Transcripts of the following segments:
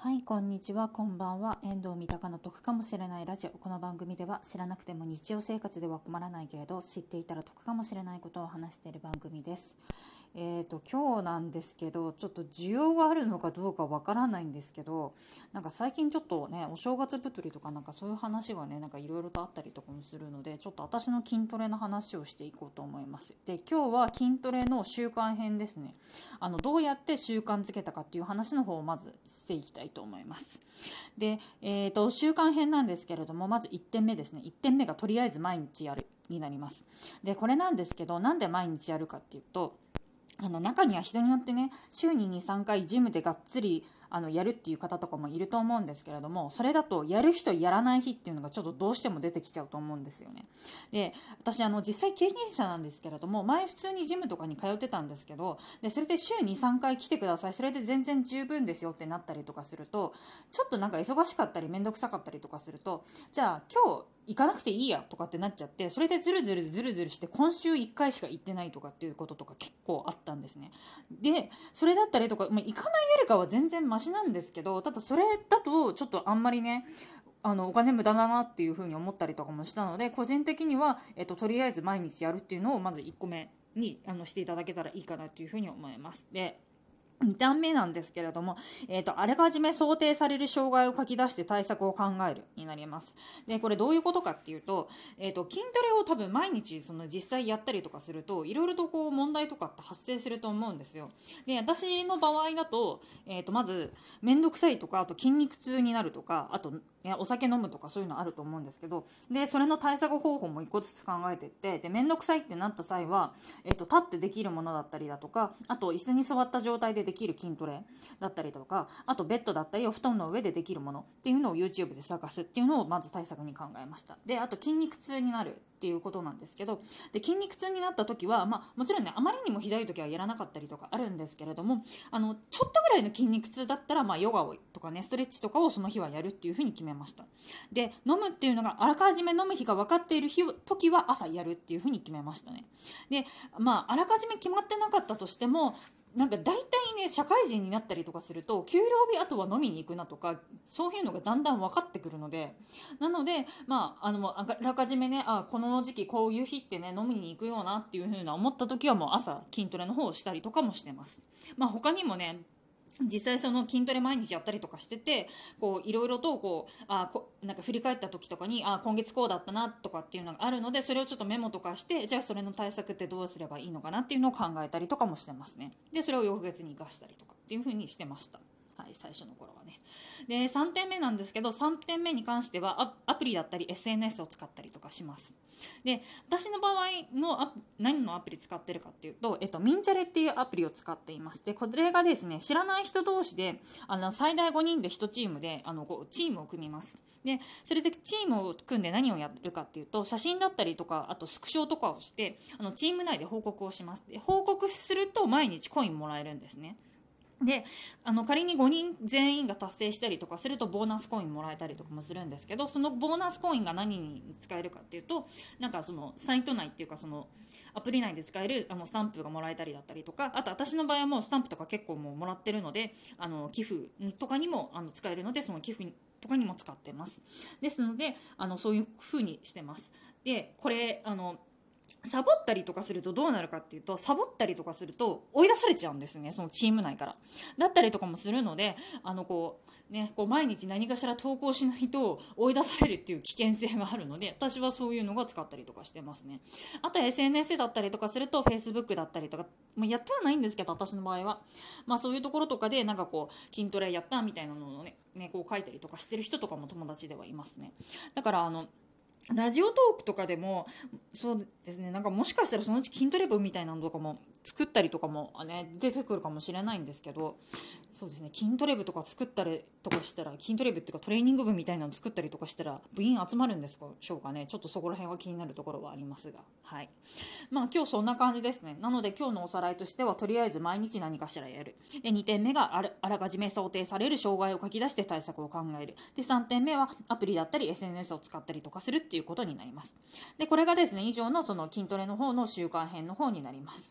はい、こんにちは、こんばんは。遠藤三鷹の得かもしれないラジオ。この番組では知らなくても日常生活では困らないけれど、知っていたら得かもしれないことを話している番組です。今日なんですけど、ちょっと需要があるのかどうかわからないんですけど、なんか最近ちょっとね、お正月太りとかなんかそういう話がね、なんかいろいろとあったりとかもするので、ちょっと私の筋トレの話をしていこうと思います。で、今日は筋トレの習慣編ですね。どうやって習慣づけたかっていう話の方をまずしていきたいと思います。で、習慣編なんですけれども、まず1点目ですね。1点目がとりあえず毎日やるになります。で、これなんですけど、なんで毎日やるかっていうと、中には人によってね、週に2、3回ジムでがっつりやるっていう方とかもいると思うんですけれども、それだとやる日とやらない日っていうのがちょっとどうしても出てきちゃうと思うんですよね。で、私実際経験者なんですけれども、前普通にジムとかに通ってたんですけど、でそれで週に3回来てください、それで全然十分ですよってなったりとかすると、ちょっとなんか忙しかったり面倒くさかったりとかすると、じゃあ今日行かなくていいやとかってなっちゃって、それでズルズルズルズルして今週1回しか行ってないとかっていうこととか結構あったんですね。でそれだったりとか、行かないよりかは全然マシなんですけど、ただそれだとちょっとあんまりね、お金無駄だなっていうふうに思ったりとかもしたので、個人的には、とりあえず毎日やるっていうのをまず1個目にしていただけたらいいかなというふうに思います。で、2段目なんですけれども、あらかじめ想定される障害を書き出して対策を考えるになります。で、これどういうことかっていうと、筋トレを多分毎日実際やったりとかすると、いろいろとこう問題とかって発生すると思うんですよ。で、私の場合だと、まず、めんどくさいとか、あと筋肉痛になるとか、あと、お酒飲むとかそういうのあると思うんですけど、で、それの対策方法も1個ずつ考えていって、で、めんどくさいってなった際は、立ってできるものだったりだとか、あと椅子に座った状態でできる筋トレだったりとか、あとベッドだったりお布団の上でできるものっていうのを YouTube で探すっていうのをまず対策に考えました。で、あと筋肉痛になるっていうことなんですけど、で筋肉痛になった時は、もちろんね、あまりにもひどい時はやらなかったりとかあるんですけれども、ちょっとぐらいの筋肉痛だったら、ヨガをとかね、ストレッチとかをその日はやるっていうふうに決めました。で、飲むっていうのがあらかじめ飲む日が分かっている時は朝やるっていうふうに決めましたね。で、あらかじめ決まってなかったとしても、なんか大体ね、社会人になったりとかすると、給料日あとは飲みに行くなとか、そういうのがだんだん分かってくるので、なので、あらかじめね、この時期こういう日ってね、飲みに行くようなっていう風な思った時はもう朝筋トレの方をしたりとかもしてます。他にもね、実際その筋トレ毎日やったりとかしてて、こういろいろとなんか振り返った時とかに、今月こうだったなとかっていうのがあるので、それをちょっとメモとかして、じゃあそれの対策ってどうすればいいのかなっていうのを考えたりとかもしてますね。でそれを翌月に生かしたりとかっていう風にしてました。はい、最初の頃はね。で、3点目なんですけど、3点目に関してはアプリだったり SNS を使ったりとかします。で、私の場合の何のアプリ使ってるかっていうと、ミンチャレっていうアプリを使っています。で、これがですね、知らない人同士で、最大5人で1チームで、チームを組みます。で、それでチームを組んで何をやるかっていうと、写真だったりとか、あとスクショとかをして、チーム内で報告をします。で、報告すると毎日コインもらえるんですね。で、仮に5人全員が達成したりとかするとボーナスコインもらえたりとかもするんですけど、そのボーナスコインが何に使えるかっていうと、なんかそのサイト内っていうか、そのアプリ内で使えるスタンプがもらえたりだったりとか、あと私の場合はもうスタンプとか結構もうもらってるので、寄付とかにも使えるので、その寄付とかにも使ってます。ですのでそういう風にしてます。で、これサボったりとかするとどうなるかっていうと、サボったりとかすると追い出されちゃうんですね、そのチーム内からだったりとかもするので、こう毎日何かしら投稿しないと追い出されるっていう危険性があるので、私はそういうのが使ったりとかしてますね。あと SNS だったりとかすると Facebook だったりとか、やってはないんですけど、私の場合はそういうところとかでなんかこう筋トレやったみたいなのをねこう書いたりとかしてる人とかも友達ではいますね。だからラジオトークとかでもそうですね、なんかもしかしたらそのうち筋トレ部みたいなのとかも作ったりとかも出てくるかもしれないんですけど、そうですね、筋トレ部とか作ったりとかしたら、筋トレ部っていうかトレーニング部みたいなの作ったりとかしたら部員集まるんですしょうかね。ちょっとそこら辺は気になるところはありますが、はい。今日そんな感じですね。なので今日のおさらいとしては、とりあえず毎日何かしらやる。で、2点目があらかじめ想定される障害を書き出して対策を考える。で、3点目はアプリだったり SNS を使ったりとかするっていうことになります。で、これがですね、以上のその筋トレの方の習慣編の方になります。はい。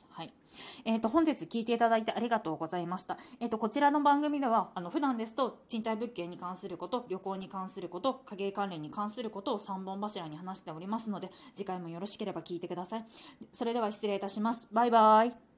本日聞いていただいてありがとうございました。こちらの番組では普段ですと賃貸物件に関すること、旅行に関すること、家計関連に関することを3本柱に話しておりますので、次回もよろしければ聞いてください。それでは失礼いたします。バイバイ。